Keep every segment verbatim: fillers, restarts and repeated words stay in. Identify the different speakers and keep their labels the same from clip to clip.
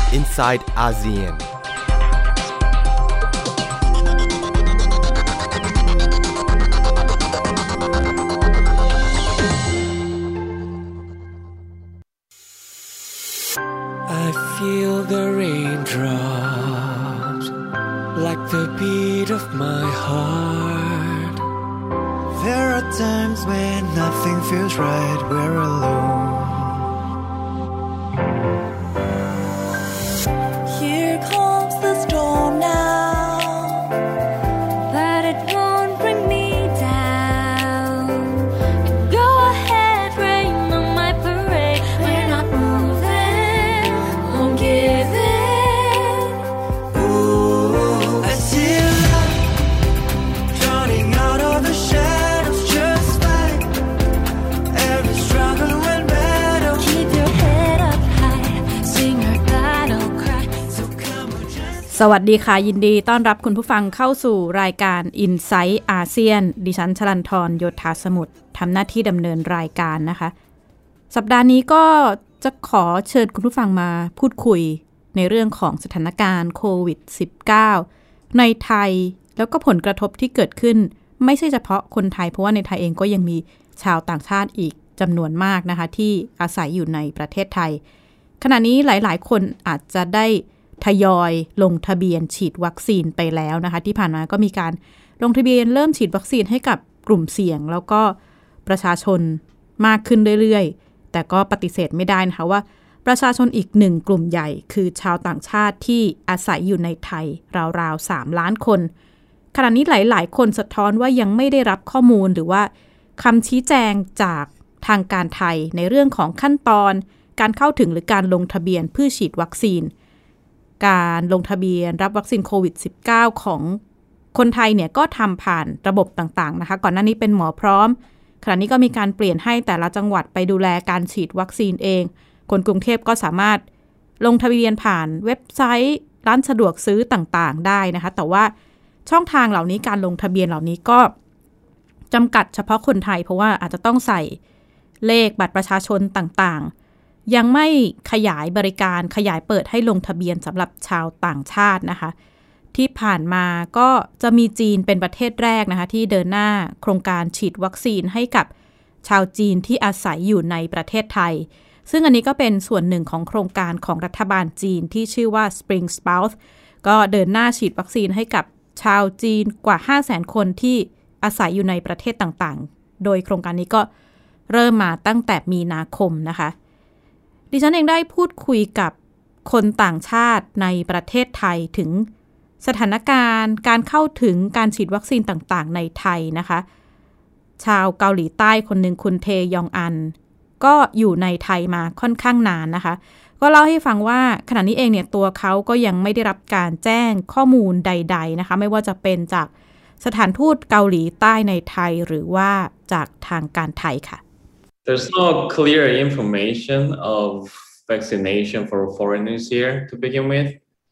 Speaker 1: inside ASEAN.
Speaker 2: I feel the raindrops like the beat of my heart.
Speaker 3: There are times when nothing feels right, we're alone.
Speaker 4: Here comes the storm now, but it won't bring me down. Go ahead, rain on my parade. We're not moving, won't give in.
Speaker 3: Ooh, I see love drowning out of the shadows just fine. Every struggle will battle.
Speaker 4: Keep your head up high, sing your battle cry. So come on, just
Speaker 5: สวัสดีค่ะยินดีต้อนรับคุณผู้ฟังเข้าสู่รายการ Insight อาเซียนดิฉันชลันธรโยธาสมุทรทำหน้าที่ดำเนินรายการนะคะสัปดาห์นี้ก็จะขอเชิญคุณผู้ฟังมาพูดคุยในเรื่องของสถานการณ์โควิด สิบเก้า ในไทยแล้วก็ผลกระทบที่เกิดขึ้นไม่ใช่เฉพาะคนไทยเพราะว่าในไทยเองก็ยังมีชาวต่างชาติอีกจำนวนมากนะคะที่อาศัยอยู่ในประเทศไทยขณะนี้หลายๆคนอาจจะได้ทยอยลงทะเบียนฉีดวัคซีนไปแล้วนะคะที่ผ่านมาก็มีการลงทะเบียนเริ่มฉีดวัคซีนให้กับกลุ่มเสี่ยงแล้วก็ประชาชนมากขึ้นเรื่อยๆแต่ก็ปฏิเสธไม่ได้นะคะว่าประชาชนอีกหนึ่งกลุ่มใหญ่คือชาวต่างชาติที่อาศัยอยู่ในไทยราวๆสามล้านคนขณะนี้หลายๆคนสะท้อนว่ายังไม่ได้รับข้อมูลหรือว่าคำชี้แจงจากทางการไทยในเรื่องของขั้นตอนการเข้าถึงหรือการลงทะเบียนเพื่อฉีดวัคซีนการลงทะเบียนรับวัคซีนโควิด สิบเก้า ของคนไทยเนี่ยก็ทำผ่านระบบต่างๆนะคะก่อนหน้านี้เป็นหมอพร้อมขณะนี้ก็มีการเปลี่ยนให้แต่ละจังหวัดไปดูแลการฉีดวัคซีนเองคนกรุงเทพก็สามารถลงทะเบียนผ่านเว็บไซต์ร้านสะดวกซื้อต่างๆได้นะคะแต่ว่าช่องทางเหล่านี้การลงทะเบียนเหล่านี้ก็จำกัดเฉพาะคนไทยเพราะว่าอาจจะต้องใส่เลขบัตรประชาชนต่างๆยังไม่ขยายบริการขยายเปิดให้ลงทะเบียนสำหรับชาวต่างชาตินะคะที่ผ่านมาก็จะมีจีนเป็นประเทศแรกนะคะที่เดินหน้าโครงการฉีดวัคซีนให้กับชาวจีนที่อาศัยอยู่ในประเทศไทยซึ่งอันนี้ก็เป็นส่วนหนึ่งของโครงการของรัฐบาลจีนที่ชื่อว่า Spring Spouse ก็เดินหน้าฉีดวัคซีนให้กับชาวจีนกว่า ห้าแสน คนที่อาศัยอยู่ในประเทศต่างๆโดยโครงการนี้ก็เริ่มมาตั้งแต่มีนาคมนะคะดิฉันเองได้พูดคุยกับคนต่างชาติในประเทศไทยถึงสถานการณ์การเข้าถึงการฉีดวัคซีนต่างๆในไทยนะคะชาวเกาหลีใต้คนหนึ่งคุณเทยองอันก็อยู่ในไทยมาค่อนข้างนานนะคะก็เล่าให้ฟังว่าขณะนี้เองเนี่ยตัวเขาก็ยังไม่ได้รับการแจ้งข้อมูลใดๆนะคะไม่ว่าจะเป็นจากสถานทูตเกาหลีใต้ในไทยหรือว่าจากทางการไทยค่ะ
Speaker 6: There's no clear information of vaccination for foreigners here to begin with.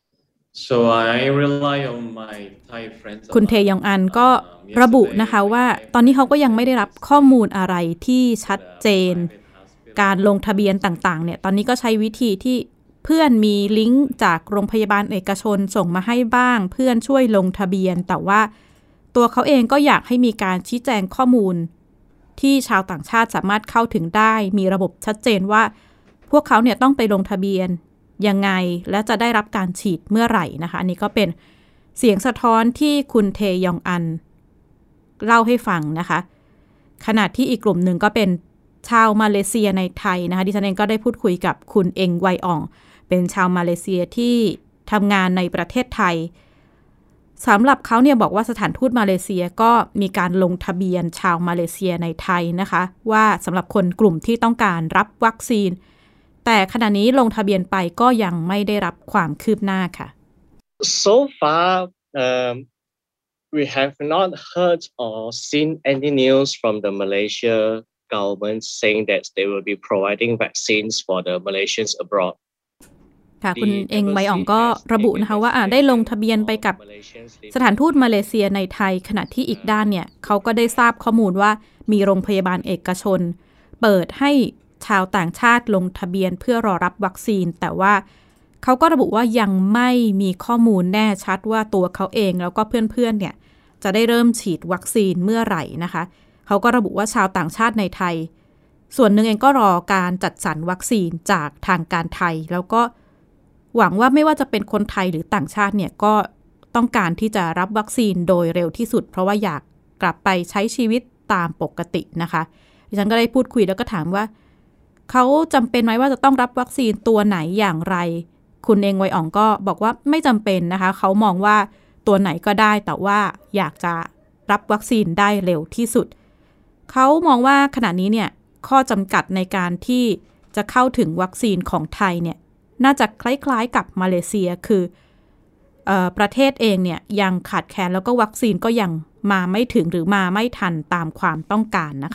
Speaker 6: So I rely on my Thai friends.
Speaker 5: คุณเทยองอันก็ระบุนะคะว่าตอนนี้เขาก็ยังไม่ได้รับข้อมูลอะไรที่ชัดเจนการลงทะเบียนต่างๆเนี่ยตอนนี้ก็ใช้วิธีที่เพื่อนมีลิงก์จากโรงพยาบาลเอกชนส่งมาให้บ้างเพื่อนช่วยลงทะเบียนแต่ว่าตัวเขาเองก็อยากให้มีการชี้แจงข้อมูลที่ชาวต่างชาติสามารถเข้าถึงได้มีระบบชัดเจนว่าพวกเขาเนี่ยต้องไปลงทะเบียนยังไงและจะได้รับการฉีดเมื่อไหร่นะคะอันนี้ก็เป็นเสียงสะท้อนที่คุณเทยองอันเล่าให้ฟังนะคะขณะที่อีกกลุ่มหนึ่งก็เป็นชาวมาเลเซียในไทยนะคะดิฉันเองก็ได้พูดคุยกับคุณเองไวอ่องเป็นชาวมาเลเซียที่ทำงานในประเทศไทยสำหรับเขาเนี่ยบอกว่าสถานทูตมาเลเซียก็มีการลงทะเบียนชาวมาเลเซียในไทยนะคะว่าสำหรับคนกลุ่มที่ต้องการรับวัคซีนแต่ขณะนี้ลงทะเบียนไปก็ยังไม่ได้รับความคืบหน้าค่ะ
Speaker 7: So far, um, we have not heard or seen any news from the Malaysia government saying that they will be providing vaccines for the Malaysians abroad.
Speaker 5: ค่ะคุณเองไบอ่องก็ระบุนะคะว่าได้ลงทะเบียนไปกับสถานทูตมาเลเซียในไทยขณะที่อีกด้านเนี่ยเขาก็ได้ทราบข้อมูลว่ามีโรงพยาบาลเอกชนเปิดให้ชาวต่างชาติลงทะเบียนเพื่อรอรับวัคซีนแต่ว่าเขาก็ระบุว่ายังไม่มีข้อมูลแน่ชัดว่าตัวเขาเองแล้วก็เพื่อนๆเนี่ยจะได้เริ่มฉีดวัคซีนเมื่อไหร่นะคะเขาก็ระบุว่าชาวต่างชาติในไทยส่วนหนึ่งเองก็รอการจัดสรรวัคซีนจากทางการไทยแล้วก็หวังว่าไม่ว่าจะเป็นคนไทยหรือต่างชาติเนี่ยก็ต้องการที่จะรับวัคซีนโดยเร็วที่สุดเพราะว่าอยากกลับไปใช้ชีวิตตามปกตินะคะดิฉันก็ได้พูดคุยแล้วก็ถามว่าเขาจำเป็นไหมว่าจะต้องรับวัคซีนตัวไหนอย่างไรคุณเองไวอ่องก็บอกว่าไม่จำเป็นนะคะเขามองว่าตัวไหนก็ได้แต่ว่าอยากจะรับวัคซีนได้เร็วที่สุดเขามองว่าขณะนี้เนี่ยข้อจำกัดในการที่จะเข้าถึงวัคซีนของไทยเนี่ยน่าจะคล้ายๆกับมาเลเซียคือเอ่อประเทศเองเนี่ยยังขาดแคลนแล้วก็วัคซีนก็ยังมาไม่ถึงหรือมาไม่ทันตามความต้องการนะคะ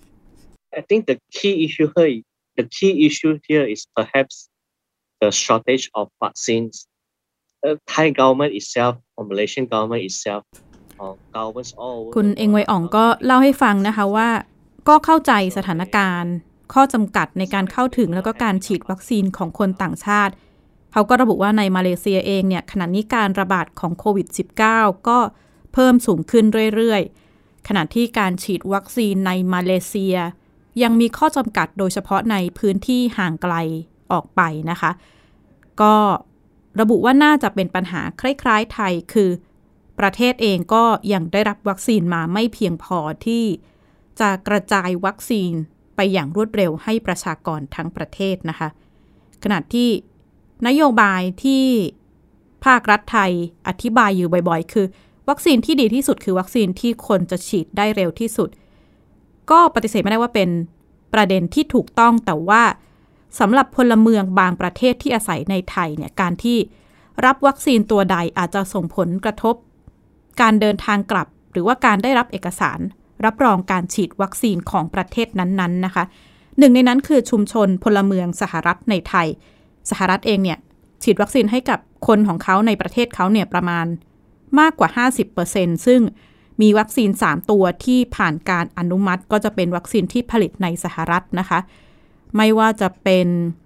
Speaker 7: I think the key issue here the key issue here is perhaps the shortage of vaccines. The Thai government itself or Malaysian government itself or governments all
Speaker 5: คุณเองไวอ่องก็เล่าให้ฟังนะคะว่าก็เข้าใจสถานการณ์ข้อจำกัดในการเข้าถึงแล้วก็การฉีดวัคซีนของคนต่างชาติเขาก็ระบุว่าในมาเลเซียเองเนี่ยขณะนี้การระบาดของโควิด สิบเก้า ก็เพิ่มสูงขึ้นเรื่อยๆขณะที่การฉีดวัคซีนในมาเลเซียยังมีข้อจำกัดโดยเฉพาะในพื้นที่ห่างไกลออกไปนะคะก็ระบุว่าน่าจะเป็นปัญหาคล้ายๆไทยคือประเทศเองก็ยังได้รับวัคซีนมาไม่เพียงพอที่จะกระจายวัคซีนไปอย่างรวดเร็วให้ประชากรทั้งประเทศนะคะขณะที่นโยบายที่ภาครัฐไทยอธิบายอยู่บ่อยๆคือวัคซีนที่ดีที่สุดคือวัคซีนที่คนจะฉีดได้เร็วที่สุดก็ปฏิเสธไม่ได้ว่าเป็นประเด็นที่ถูกต้องแต่ว่าสำหรับพลเมืองบางประเทศที่อาศัยในไทยเนี่ยการที่รับวัคซีนตัวใดอาจจะส่งผลกระทบการเดินทางกลับหรือว่าการได้รับเอกสารรับรองการฉีดวัคซีนของประเทศนั้นๆนะคะหนึ่งในนั้นคือชุมชนพลเมืองสหรัฐในไทยสหรัฐเองเนี่ยฉีดวัคซีนให้กับคนของเขาในประเทศเขาเนี่ยประมาณมากกว่า ห้าสิบเปอร์เซ็นต์ ซึ่งมีวัคซีนสามตัวที่ผ่านการอนุมัติก็จะเป็นวัคซีนที่ผลิตในสหรัฐนะคะไม่ว่าจะเป็น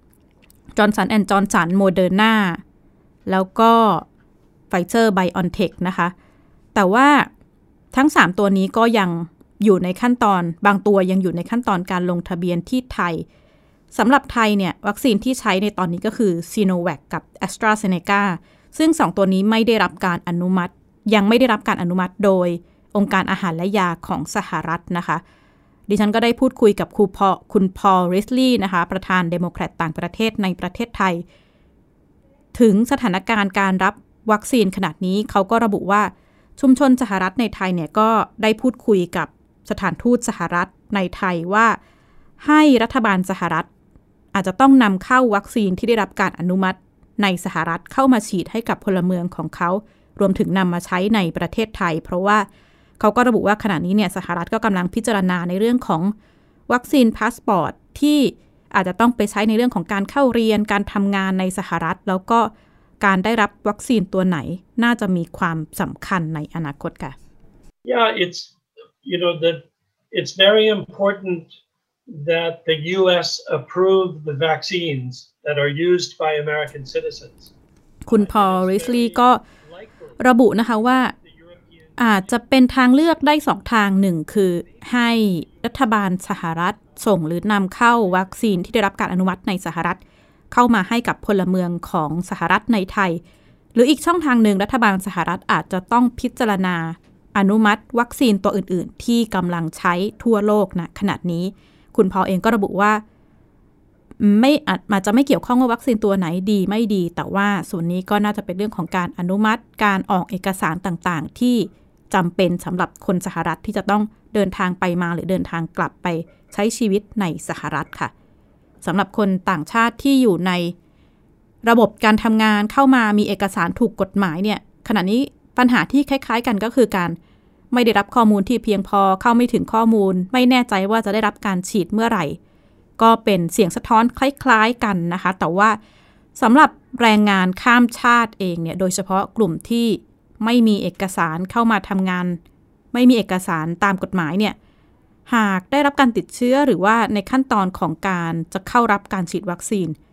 Speaker 5: Johnson แอนด์ Johnson Moderna แล้วก็ Pfizer BioNTech นะคะแต่ว่าทั้งสามตัวนี้ก็ยังอยู่ในขั้นตอนบางตัวยังอยู่ในขั้นตอนการลงทะเบียนที่ไทยสำหรับไทยเนี่ยวัคซีนที่ใช้ในตอนนี้ก็คือ Sinovac กับ AstraZeneca ซึ่งสองตัวนี้ไม่ได้รับการอนุมัติยังไม่ได้รับการอนุมัติโดยองค์การอาหารและยาของสหรัฐนะคะดิฉันก็ได้พูดคุยกับครูพอคุณพอลริสลีย์นะคะประธานเดโมแครตต่างประเทศในประเทศไทยถึงสถานการณ์การรับวัคซีนขนาดนี้เขาก็ระบุว่าชุมชนสหรัฐในไทยเนี่ยก็ได้พูดคุยกับสถานทูตสหรัฐในไทยว่าให้รัฐบาลสหรัฐอาจจะต้องนำเข้าวัคซีนที่ได้รับการอนุมัติในสหรัฐเข้ามาฉีดให้กับพลเมืองของเขารวมถึงนำมาใช้ในประเทศไทยเพราะว่าเขาก็ระบุว่าขณะนี้เนี่ยสหรัฐก็กำลังพิจารณาในเรื่องของวัคซีนพาสปอร์ตที่อาจจะต้องไปใช้ในเรื่องของการเข้าเรียนการทำงานในสหรัฐแล้วก็การได้รับวัคซีนตัวไหนน่าจะมีความสำคัญในอนาคตค่ะ
Speaker 1: Yeah, it's you know that it's very important that the U S approve the vaccines that are used by American citizens.
Speaker 5: คุณพอลริสลีย์ก็ระบุนะคะว่าอาจจะเป็นทางเลือกได้สองทางหนึ่งคือให้รัฐบาลสหรัฐส่งหรือนำเข้าวัคซีนที่ได้รับการอนุมัติในสหรัฐเข้ามาให้กับพลเมืองของสหรัฐในไทยหรืออีกช่องทางหนึ่งรัฐบาลสหรัฐอาจจะต้องพิจารณาอนุมัติวัคซีนตัวอื่นๆที่กำลังใช้ทั่วโลกณขณะนี้คุณพอลเองก็ระบุว่าไม่อาจจะไม่เกี่ยวข้องว่าวัคซีนตัวไหนดีไม่ดีแต่ว่าส่วนนี้ก็น่าจะเป็นเรื่องของการอนุมัติการออกเอกสารต่างๆที่จำเป็นสำหรับคนสหรัฐที่จะต้องเดินทางไปมาหรือเดินทางกลับไปใช้ชีวิตในสหรัฐค่ะสำหรับคนต่างชาติที่อยู่ในระบบการทำงานเข้ามามีเอกสารถูกกฎหมายเนี่ยขณะนี้ปัญหาที่คล้ายๆกันก็คือการไม่ได้รับข้อมูลที่เพียงพอเข้าไม่ถึงข้อมูลไม่แน่ใจว่าจะได้รับการฉีดเมื่อไหร่ก็เป็นเสียงสะท้อนคล้ายๆกันนะคะแต่ว่าสำหรับแรงงานข้ามชาติเองเนี่ยโดยเฉพาะกลุ่มที่ไม่มีเอกสารเข้ามาทำงานไม่มีเอกสารตามกฎหมายเนี่ยหากได้รับการติดเชื้อหรือว่าในขั้นตอนของการจะเข้ารับการฉีดวัคซีน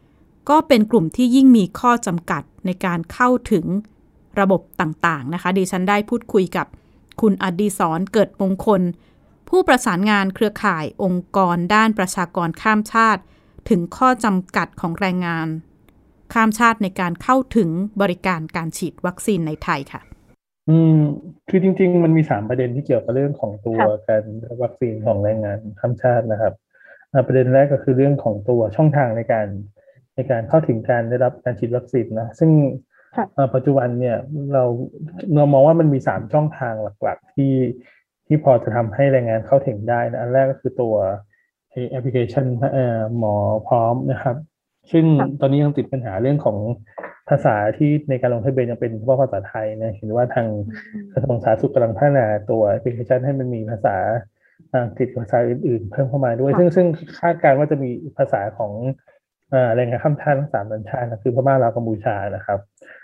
Speaker 5: ก็เป็นกลุ่มที่ยิ่งมีข้อจำกัดในการเข้าถึงระบบต่างๆนะคะดิฉันได้พูดคุยกับคุณอดิศรเกิดมงคลผู้ประสานงานเครือข่ายองค์กรด้านประชากรข้ามชาติถึงข้อจำกัดของแรงงานข้ามชาติในการเข้าถึงบริการการฉีดวัคซีนในไทยค่ะ
Speaker 8: อืมคือจริงๆมันมีสามประเด็นที่เกี่ยวกับเรื่องของตัวการรับวัคซีนของแรงงานข้ามชาตินะครับประเด็นแรกก็คือเรื่องของตัวช่องทางในการในการเข้าถึงการได้รับการฉีดวัคซีนนะซึ่งปัจจุบันเนี่ยเราเรามองว่ามันมีสามช่องทางหลักๆที่ที่พอจะทำให้แรงงานเข้าถึงได้นะอันแรกก็คือตัวแอปพลิเคชันหมอพร้อมนะครับซึ่งตอนนี้ยังติดปัญหาเรื่องของภาษาที่ในการลงทะเบียนยังเป็นเฉพาะภาษาไทยนะเห็นว่าทางกระทรวงสาธารณสุขกำลังพัฒนาตัวแอปพลิเคชันให้มันมีภาษาอังกฤษภาษาอื่นๆเพิ่มเข้ามาด้วยซึ่งซึ่งคาดการณ์ว่าจะมีภาษาของแรงงานข้ามชาติทั้งสามสัญชาตินะคือพม่าลาวกัมพูชานะครับ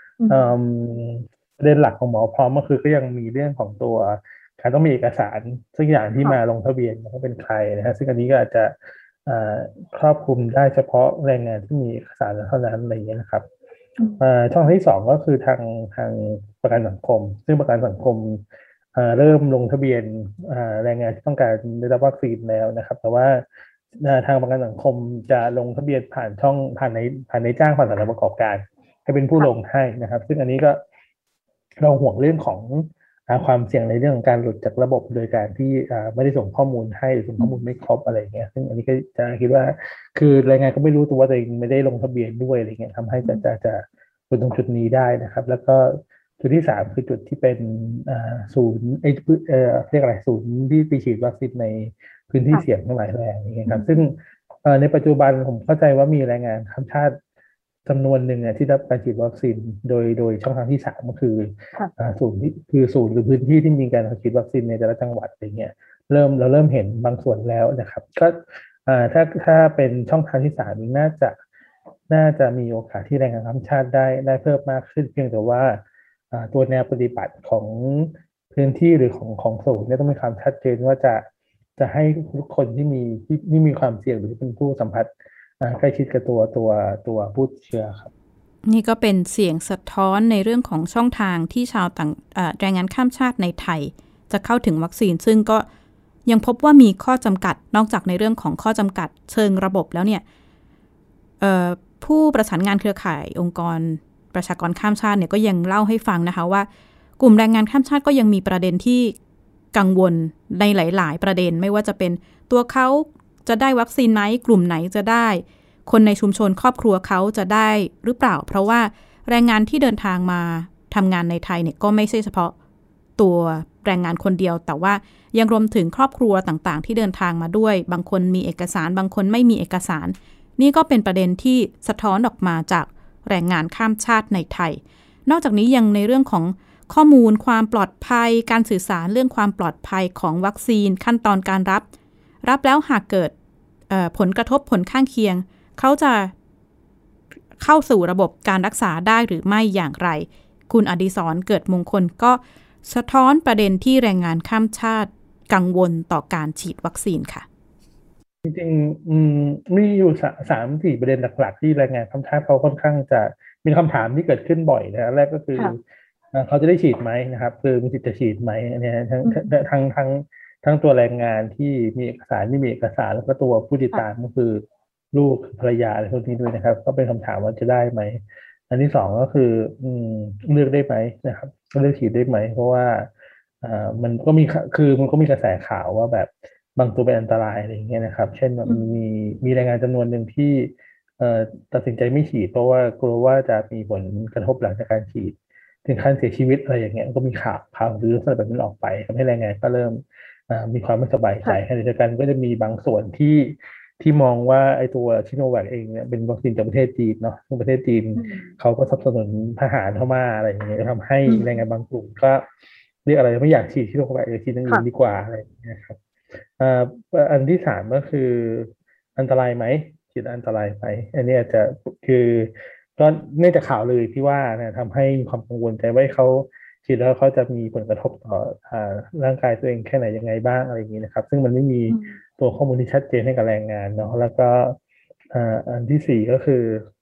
Speaker 8: ประเด็นหลักของหมอพร้อมก็คือก็ยังมีเรื่องของตัวการต้องมีเอกสารสักอย่างที่มาลงทะเบียนว่าเป็นใครนะฮะซึ่งอันนี้ก็อาจจะครอบคลุมได้เฉพาะแรงงานที่มีเอกสารเท่านั้นอะไรอย่างเงี้ยนะครับช่องที่สองก็คือทางทางประกันสังคมซึ่งประกันสังคมเริ่มลงทะเบียนแรงงานที่ต้องการได้รับวัคซีนแล้วนะครับแต่ว่าทางประกันสังคมจะลงทะเบียนผ่านช่องผ่านในผ่านในจ้างผ่านสถานประกอบการให้เป็นผู้ลงให้นะครับซึ่งอันนี้ก็เราห่วงเรื่องของความเสี่ยงในเรื่องของการหลุดจากระบบโดยการที่ไม่ได้ส่งข้อมูลให้หรือส่งข้อมูลไม่ครบอะไรอย่างเงี้ยซึ่งอันนี้ก็จะคิดว่าคือแรงงานก็ไม่รู้ตัวว่าตัวเองไม่ได้ลงทะเบียนด้วยอะไรเงี้ยทำให้จะจะจะอยู่ตรงจุดนี้ได้นะครับแล้วก็จุดที่สามคือจุดที่เป็นศูนย์ไอ้เอ่อเรียกอะไรศูนย์ที่ไปฉีดวัคซีนในพื้นที่เสี่ยงทั้งหลายแหล่อย่างเงี้ยครับซึ่งในปัจจุบันผมเข้าใจว่ามีแรงงานข้ามชาติจำนวนหนึ่งที่รับการฉีดวัคซีนโดยโดยช่องทางที่สามก็คือศูนย์ที่คือศูนย์หรือพื้นที่ที่มีการฉีดวัคซีนในแต่ละจังหวัดอะไรเงี้ยเริ่มเราเริ่มเห็นบางส่วนแล้วนะครับก็ถ้าถ้าเป็นช่องทางที่สามนี้น่าจะน่าจะมีโอกาสที่แรงงานข้ามชาติได้ได้เพิ่มมากขึ้นเพียงแต่ว่าตัวแนวปฏิบัติของพื้นที่หรือของของศูนย์เนี่ยต้องมีความชัดเจนว่าจะจะให้ทุกคนที่มีที่ที่มีความเสี่ยงหรือเป็นผู้สัมผัสใกล้ชิดกับตัวตัวตัวผู้ติดเชื้อครับ
Speaker 5: นี่ก็เป็นเสียงสะท้อนในเรื่องของช่องทางที่ชาวต่างแรงงานข้ามชาติในไทยจะเข้าถึงวัคซีนซึ่งก็ยังพบว่ามีข้อจำกัดนอกจากในเรื่องของข้อจำกัดเชิงระบบแล้วเนี่ยผู้ประสานงานเครือข่ายองค์กรประชากรข้ามชาติเนี่ยก็ยังเล่าให้ฟังนะคะว่ากลุ่มแรงงานข้ามชาติก็ยังมีประเด็นที่กังวลในหลายๆประเด็นไม่ว่าจะเป็นตัวเขาจะได้วัคซีนไหนกลุ่มไหนจะได้คนในชุมชนครอบครัวเขาจะได้หรือเปล่าเพราะว่าแรงงานที่เดินทางมาทำงานในไทยเนี่ยก็ไม่ใช่เฉพาะตัวแรงงานคนเดียวแต่ว่ายังรวมถึงครอบครัวต่างๆที่เดินทางมาด้วยบางคนมีเอกสารบางคนไม่มีเอกสารนี่ก็เป็นประเด็นที่สะท้อนออกมาจากแรงงานข้ามชาติในไทยนอกจากนี้ยังในเรื่องของข้อมูลความปลอดภัยการสื่อสารเรื่องความปลอดภัยของวัคซีนขั้นตอนการรับรับแล้วหากเกิดผลกระทบผลข้างเคียงเขาจะเข้าสู่ระบบการรักษาได้หรือไม่อย่างไรคุณอดิศรเกิดมงคลก็สะท้อนประเด็นที่แรงงานข้ามชาติกังวลต่อการฉีดวัคซีนค่ะ
Speaker 8: จริงๆมีอยู่สามสี่ประเด็นหลักๆที่แรงงานข้ามชาติเขาค่อนข้างจะมีคำถามที่เกิดขึ้นบ่อยนะแรกก็คือเขาจะได้ฉีดไหมนะครับคือมีสิทธิ์จะฉีดไหมเนี่ยทั้งทั้งทั้งทั้งตัวแรงงานที่มีเอกสารไม่มีเอกสารแล้วก็ตัวผู้ติดตามก็คือลูกภรรยาอะไรพวกนี้ด้วยนะครับก็เป็นคำถามว่าจะได้ไหมอันที่สองก็คืออืมเลือกได้ไหมนะครับเลือกฉีดได้ไหมเพราะว่าอ่ามันก็มีคือมันก็มีกระแสข่าวว่าแบบบางตัวเป็นอันตรายอะไรอย่างเงี้ยนะครับเช่นแบบมีมีแรงงานจำนวนหนึ่งที่เอ่อตัดสินใจไม่ฉีดเพราะว่ากลัวว่าจะมีผลกระทบหลังจากการฉีดถึงขั้นเสียชีวิตอะไรอย่างเงี้ยก็มีข่าวข่าวหรืออะไรแบบนั้นออกไปทำให้แรงงานก็เริ่มมีความไม่สบายใจขณะเดียวกันก็จะมีบางส่วนที่ที่มองว่าไอ้ตัวชิโนแวคเองเนี่ยเป็นวัคซีนจากประเทศจีนเนาะซึ่งประเทศจีนเขาก็สนับสนุนทหารเข้ามาอะไรอย่างเงี้ยทำให้แรงงานบางกลุ่มก็เรียกอะไรไม่อยากฉีดชิโนแวคเลยฉีดอย่างอื่นดีกว่าอะไรอย่างเงี้ยครับอันที่สามก็คืออันตรายไหมฉีดอันตรายไหมอันนี้อาจจะคือก็เนื่องจากข่าวเลยที่ว่าเนี่ยทำให้มีความกังวลใจว่าเขาฉีดแล้วเขาจะมีผลกระทบต่อร่างกายตัวเองแค่ไหนยังไงบ้างอะไรอย่างนี้นะครับซึ่งมันไม่มีตัวข้อมูลที่ชัดเจนให้กับแรงงานเนาะแล้วก็อันที่สี่ก็คือ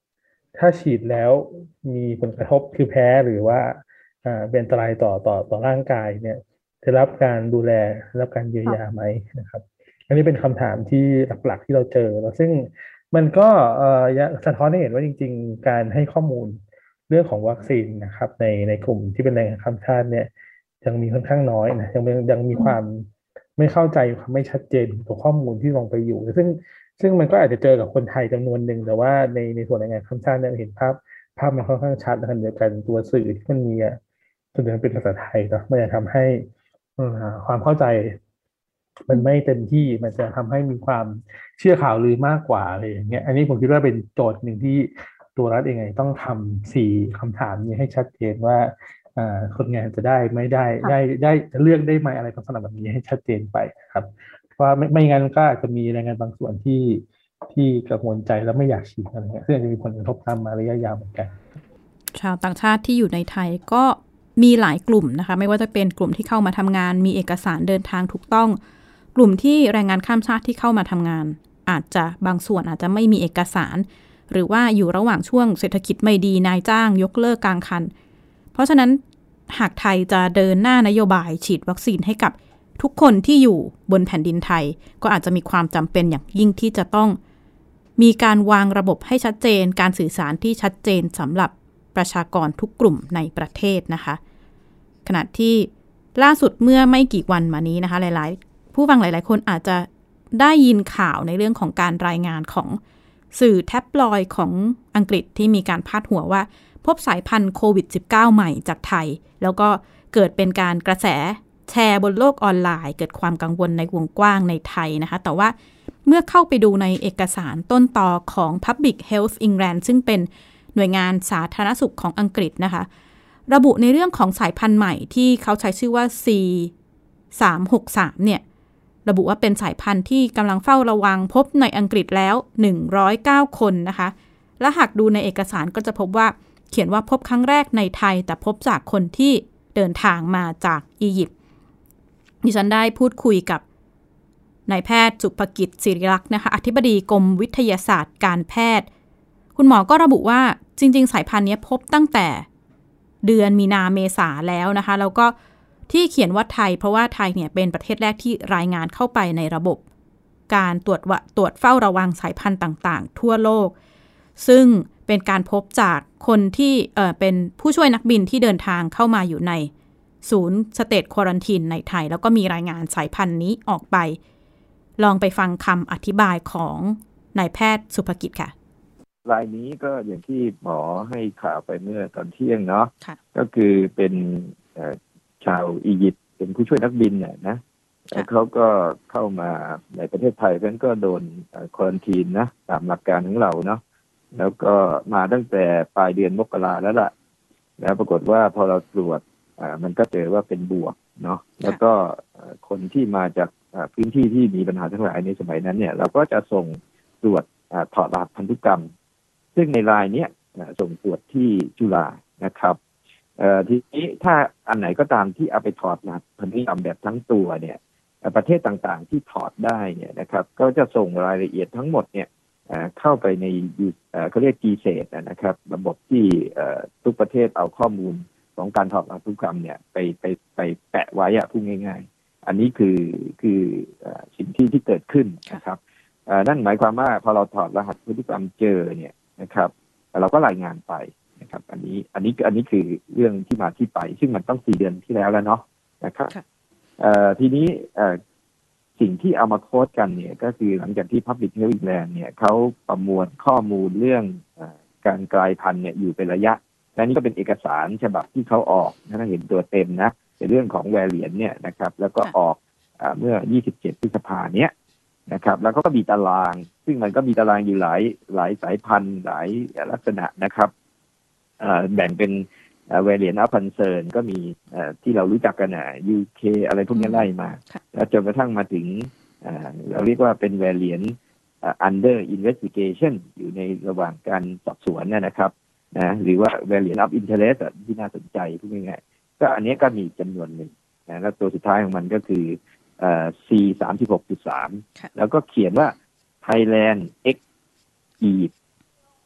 Speaker 8: ถ้าฉีดแล้วมีผลกระทบคือแพ้หรือว่าอ่าเป็นอันตรายต่อต่อต่อร่างกายเนี่ยจะรับการดูแลรับการเยียวยาไหมนะครับอันนี้เป็นคำถามที่หลักๆที่เราเจอแล้วซึ่งมันก็เอ่อสะท้อนให้เห็นว่าจริงๆการให้ข้อมูลเรื่องของวัคซีนนะครับในในกลุ่มที่เป็นแรงงานข้ามชาติเนี่ยยังมีค่อนข้างน้อยนะยังยังมีความไม่เข้าใจความไม่ชัดเจนของข้อมูลที่ลงไปอยู่ซึ่งซึ่งมันก็อาจจะเจอกับคนไทยจำนวนหนึ่งแต่ว่าในในส่วนแรงงานข้ามชาติเนี่ยเห็นภาพภาพมันค่อนข้างชัดนะครับเดียวกันตัวสื่อที่มันมีอ่ะส่วนใหญ่เป็นภาษาไทยเนาะมันจะทำให้ความเข้าใจมันไม่เต็มที่มันจะทำให้มีความเชื่อข่าวลือมากกว่าอะไรอย่างเงี้ยอันนี้ผมคิดว่าเป็นโจทย์หนึ่งที่ตัวรัฐเองต้องทำสี่คำถามนี้ให้ชัดเจนว่าคนงานจะได้ไม่ได้ได้ได้จะเลือกได้ไหมอะไรลักษณะแบบนี้ให้ชัดเจนไปครับว่าไม่ไม่งั้นก็อาจจะมีแรงงานบางส่วนที่ที่กังวลใจแล้วไม่อยากฉีดอะไรเงี้ยซึ่งจะมีผลกระทบตามมาระยะยาวเหมือนกัน
Speaker 5: ชาวต่างชาติที่อยู่ในไทยก็มีหลายกลุ่มนะคะไม่ว่าจะเป็นกลุ่มที่เข้ามาทำงานมีเอกสารเดินทางถูกต้องกลุ่มที่แรงงานข้ามชาติที่เข้ามาทำงานอาจจะบางส่วนอาจจะไม่มีเอกสารหรือว่าอยู่ระหว่างช่วงเศรษฐกิจไม่ดีนายจ้างยกเลิกกลางคันเพราะฉะนั้นหากไทยจะเดินหน้านโยบายฉีดวัคซีนให้กับทุกคนที่อยู่บนแผ่นดินไทยก็อาจจะมีความจำเป็นอย่างยิ่งที่จะต้องมีการวางระบบให้ชัดเจนการสื่อสารที่ชัดเจนสำหรับประชากรทุกกลุ่มในประเทศนะคะขณะที่ล่าสุดเมื่อไม่กี่วันมานี้นะคะหลายๆผู้ฟังหลายๆคนอาจจะได้ยินข่าวในเรื่องของการรายงานของสื่อแท็บลอยด์ของอังกฤษที่มีการพาดหัวว่าพบสายพันธุ์โควิด สิบเก้า ใหม่จากไทยแล้วก็เกิดเป็นการกระแสแชร์บนโลกออนไลน์เกิดความกังวลในวงกว้างในไทยนะคะแต่ว่าเมื่อเข้าไปดูในเอกสารต้นตอของ Public Health England ซึ่งเป็นหน่วยงานสาธารณสุขของอังกฤษนะคะระบุในเรื่องของสายพันธุ์ใหม่ที่เขาใช้ชื่อว่า ซี สามหกสาม เนี่ยระบุว่าเป็นสายพันธุ์ที่กำลังเฝ้าระวังพบในอังกฤษแล้วหนึ่งร้อยเก้าคนนะคะและหากดูในเอกสารก็จะพบว่าเขียนว่าพบครั้งแรกในไทยแต่พบจากคนที่เดินทางมาจากอียิปต์ดิฉันได้พูดคุยกับนายแพทย์สุภกิจศิริลักษณ์นะคะอธิบดีกรมวิทยาศาสตร์การแพทย์คุณหมอก็ระบุว่าจริงๆสายพันธุ์นี้พบตั้งแต่เดือนมีนาเมษาแล้วนะคะแล้วก็ที่เขียนว่าไทยเพราะว่าไทยเนี่ยเป็นประเทศแรกที่รายงานเข้าไปในระบบการตรวจตรวจเฝ้าระวังสายพันธุ์ต่างๆทั่วโลกซึ่งเป็นการพบจากคนที่เอ่อเป็นผู้ช่วยนักบินที่เดินทางเข้ามาอยู่ในศูนย์สเตทควอรันทีนในไทยแล้วก็มีรายงานสายพันธุ์นี้ออกไปลองไปฟังคำอธิบายของนายแพทย์สุภกิจค่ะ
Speaker 9: รายนี้ก็อย่างที่หมอให้ข่าวไปเมื่อตอนเที่ยงเนาะก็คือเป็นชาวอียิปต์เป็นผู้ช่วยนักบินเนี่ยนะเขาก็เข้ามาในประเทศไทยเพราะฉะนั้นก็โดนควอรันทีนนะตามหลักการของเราเนาะแล้วก็มาตั้งแต่ปลายเดือนมกราแล้วล่ะแล้วปรากฏว่าพอเราตรวจมันก็เจอว่าเป็นบวกเนาะแล้วก็คนที่มาจากพื้นที่ที่มีปัญหาทั้งหลายในสมัยนั้นเนี่ยเราก็จะส่งตรวจถอดรหัสพันธุกรรมซึ่งในรายนี้ส่งตรวจที่จุฬานะครับทีนี้ถ้าอันไหนก็ตามที่เอาไปถอดรหัสพันธุกรรมแบบทั้งตัวเนี่ยประเทศต่างๆที่ถอดได้เนี่ยนะครับก็จะส่งรายละเอียดทั้งหมดเนี่ยเข้าไปในเขาเรียก จี เซด นะครับระบบที่ทุกประเทศเอาข้อมูลของการถอดรหัสพันธุกรรมเนี่ยไปไปไปแปะไว้อะพูดง่ายๆอันนี้คือคือสิ่งที่ที่เกิดขึ้นนะครับนั่นหมายความว่าพอเราถอดรหัสพันธุกรรมเจอเนี่ยนะครับเราก็รายงานไปนะครับอันนี้อันนี้อันนี้คือเรื่องที่มาที่ไปซึ่งมันต้องสี่เดือนที่แล้วแล้วเนาะนะครับทีนี้สิ่งที่เอามาโค้ดกันเนี่ยก็คือหลังจากที่ Public Health England เนี่ยเขาประมวลข้อมูลเรื่องการกลายพันธุ์เนี่ยอยู่เป็นระยะและนี่ก็เป็นเอกสารฉบับที่เขาออกนะเห็นตัวเต็มนะในเรื่องของแวริเอนต์เนี่ยนะครับแล้วก็ออกเมื่อยี่สิบเจ็ดพฤษภาคมเนี้ยนะครับแล้วก็มีตารางซึ่งมันก็มีตารางอยู่หลายหลายสายพันธุ์หลายลักษณะนะครับแบ่งเป็นvariant of concern ก็มีที่เรารู้จักกันอ่ะ ยู เค อะไรพวกนี้ไล่มาแล้วจนกระทั่งมาถึงเราเรียกว่าเป็น variant under investigation อยู่ในระหว่างการสอบสวนนะครับนะหรือว่า variant of interest ที่น่าสนใจพูดง่ายๆก็อันนี้ก็มีจำนวนหนึ่งนะแล้วตัวสุดท้ายของมันก็คือ ซี สามสิบหกจุดสาม แล้วก็เขียนว่า Thailand X Egypt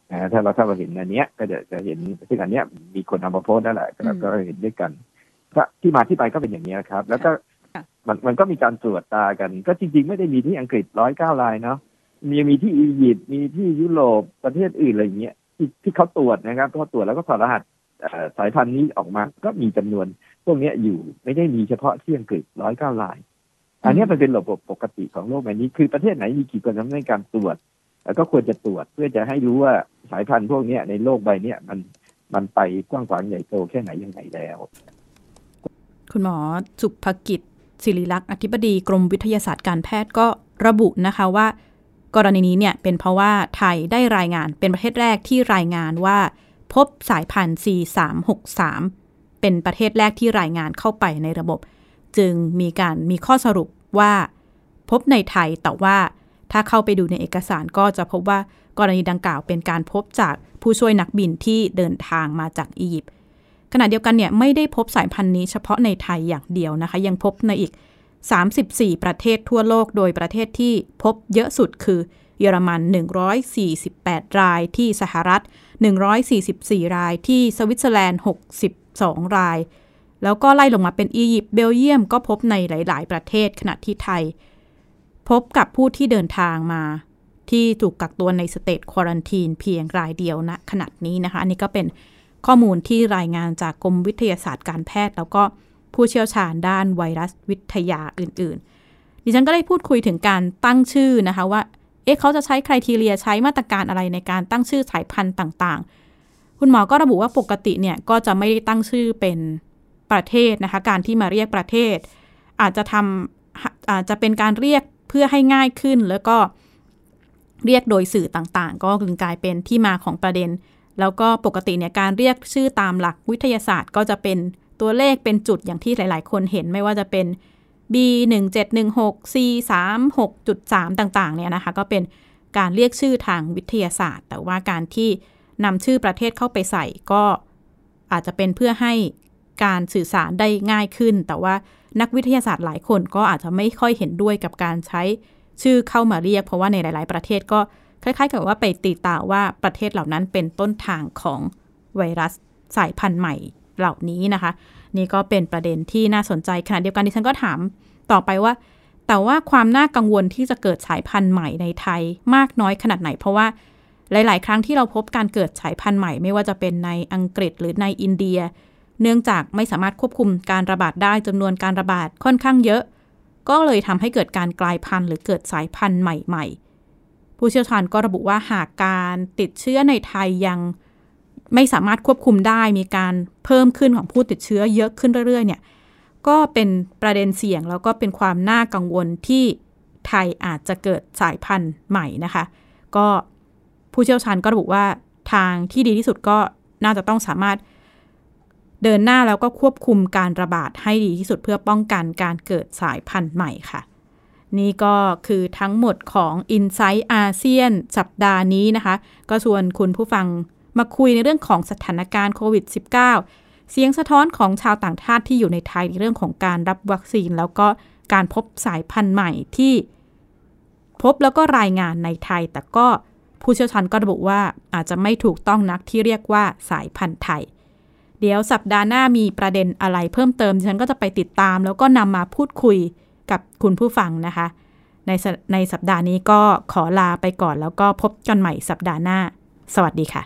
Speaker 9: นะถ้าเราถ้าเราเห็นอันเนี้ยก็จะจะเห็นซึ่งอันเนี้ยมีคนเอามาโพสต์นั่นแหละแล้วก็เห็นด้วยกันก็ที่มาที่ไปก็เป็นอย่างนี้ครับแล้วก็มันมันก็มีการตรวจตากันก็จริงๆไม่ได้มีที่อังกฤษร้อยเก้ารายเนาะมีมีที่อียิปต์มีที่ยุโรปประเทศอื่นอะไรอย่างเงี้ยที่ที่เขาตรวจนะครับเขาตรวจแล้วก็ถอดรหัสสายพันธุ์นี้ออกมาก็มีจำนวนพวกนี้อยู่ไม่ได้มีเฉพาะที่อังกฤษร้อยเก้ารายอันนี้มันเป็นระบบปกติของโลกใบนี้คือประเทศไหนมีกี่คนทำในการตรวจแล้วก็ควรจะตรวจเพื่อจะให้รู้ว่าสายพันธุ์พวกนี้ในโลกใบนี้มันมันไปกว้างขวางใหญ่โตแค่ไหนยังไงแล้ว
Speaker 5: คุณหมอสุภกิจศิริลักษณ์อธิบดีกรมวิทยาศาสตร์การแพทย์ก็ระบุนะคะว่ากรณีนี้เนี่ยเป็นเพราะว่าไทยได้รายงานเป็นประเทศแรกที่รายงานว่าพบสายพันธุ์ ซี สาม หก สาม เป็นประเทศแรกที่รายงานเข้าไปในระบบจึงมีการมีข้อสรุปว่าพบในไทยแต่ว่าถ้าเข้าไปดูในเอกสารก็จะพบว่ากรณีดังกล่าวเป็นการพบจากผู้ช่วยนักบินที่เดินทางมาจากอียิปต์ขณะเดียวกันเนี่ยไม่ได้พบสายพันธุ์นี้เฉพาะในไทยอย่างเดียวนะคะยังพบในอีกสามสิบสี่ประเทศทั่วโลกโดยประเทศที่พบเยอะสุดคือเยอรมันหนึ่งร้อยสี่สิบแปดรายที่สหรัฐหนึ่งร้อยสี่สิบสี่รายที่สวิตเซอร์แลนด์หกสิบสองรายแล้วก็ไล่ลงมาเป็นอียิปต์เบลเยียมก็พบในหลายๆประเทศขณะที่ไทยพบกับผู้ที่เดินทางมาที่ถูกกักตัวในสเตทควอรันทีนเพียงรายเดียวณขณะนี้นะคะอันนี้ก็เป็นข้อมูลที่รายงานจากกรมวิทยาศาสตร์การแพทย์แล้วก็ผู้เชี่ยวชาญด้านไวรัสวิทยาอื่นๆดิฉันก็ได้พูดคุยถึงการตั้งชื่อนะคะว่าเอ๊ะเขาจะใช้ไครทีเรียใช้มาตรการอะไรในการตั้งชื่อสายพันธุ์ต่างๆคุณหมอก็ระบุว่าปกติเนี่ยก็จะไม่ได้ตั้งชื่อเป็นประเทศนะคะการที่มาเรียกประเทศอาจจะทำอาจจะเป็นการเรียกเพื่อให้ง่ายขึ้นแล้วก็เรียกโดยสื่อต่างๆก็กลายเป็นที่มาของประเด็นแล้วก็ปกติเนี่ยการเรียกชื่อตามหลักวิทยาศาสตร์ก็จะเป็นตัวเลขเป็นจุดอย่างที่หลายๆคนเห็นไม่ว่าจะเป็น บี หนึ่งเจ็ดหนึ่งหก ซี สามหกจุดสาม ต่างๆเนี่ยนะคะก็เป็นการเรียกชื่อทางวิทยาศาสตร์แต่ว่าการที่นำชื่อประเทศเข้าไปใส่ก็อาจจะเป็นเพื่อให้การสื่อสารได้ง่ายขึ้นแต่ว่านักวิทยาศาสตร์หลายคนก็อาจจะไม่ค่อยเห็นด้วยกับการใช้ชื่อเข้ามาเรียกเพราะว่าในหลายๆประเทศก็คล้ายๆกับว่าไปตีตาว่าประเทศเหล่านั้นเป็นต้นทางของไวรัสสายพันธุ์ใหม่เหล่านี้นะคะนี่ก็เป็นประเด็นที่น่าสนใจขณะเดียวกันดิฉันก็ถามต่อไปว่าแต่ว่าความน่ากังวลที่จะเกิดสายพันธุ์ใหม่ในไทยมากน้อยขนาดไหนเพราะว่าหลายๆครั้งที่เราพบการเกิดสายพันธุ์ใหม่ไม่ว่าจะเป็นในอังกฤษหรือในอินเดียเนื่องจากไม่สามารถควบคุมการระบาดได้จำนวนการระบาดค่อนข้างเยอะก็เลยทำให้เกิดการกลายพันธุ์หรือเกิดสายพันธุ์ใหม่ๆผู้เชี่ยวชาญก็ระบุว่าหากการติดเชื้อในไทยยังไม่สามารถควบคุมได้มีการเพิ่มขึ้นของผู้ติดเชื้อเยอะขึ้นเรื่อยๆเนี่ยก็เป็นประเด็นเสี่ยงแล้วก็เป็นความน่ากังวลที่ไทยอาจจะเกิดสายพันธุ์ใหม่นะคะก็ผู้เชี่ยวชาญก็ระบุว่าทางที่ดีที่สุดก็น่าจะต้องสามารถเดินหน้าแล้วก็ควบคุมการระบาดให้ดีที่สุดเพื่อป้องกันการเกิดสายพันธุ์ใหม่ค่ะนี่ก็คือทั้งหมดของ Insight อาเซียนสัปดาห์นี้นะคะก็ชวนคุณผู้ฟังมาคุยในเรื่องของสถานการณ์โควิด สิบเก้า เสียงสะท้อนของชาวต่างชาติที่อยู่ในไทยในเรื่องของการรับวัคซีนแล้วก็การพบสายพันธุ์ใหม่ที่พบแล้วก็รายงานในไทยแต่ก็ผู้เชี่ยวชาญก็ระบุว่าอาจจะไม่ถูกต้องนักที่เรียกว่าสายพันธุ์ไทยเดี๋ยวสัปดาห์หน้ามีประเด็นอะไรเพิ่มเติมฉันก็จะไปติดตามแล้วก็นำมาพูดคุยกับคุณผู้ฟังนะคะในในสัปดาห์นี้ก็ขอลาไปก่อนแล้วก็พบกันใหม่สัปดาห์หน้าสวัสดีค่ะ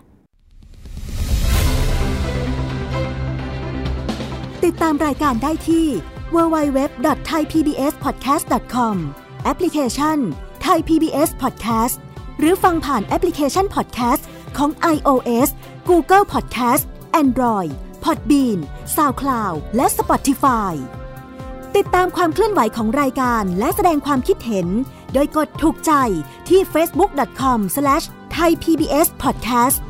Speaker 10: ติดตามรายการได้ที่ ดับเบิลยู ดับเบิลยู ดับเบิลยู ดอท ไทย พี บี เอส พอดแคสต์ ดอท คอม แอปพลิเคชัน Thai พี บี เอส Podcast หรือฟังผ่านแอปพลิเคชัน Podcast ของ iOS Google Podcast Android Podbean SoundCloud และ Spotify ติดตามความเคลื่อนไหวของรายการและแสดงความคิดเห็นโดยกดถูกใจที่ เฟซบุ๊ก ดอท คอม สแลช ไทย พี บี เอส พอดแคสต์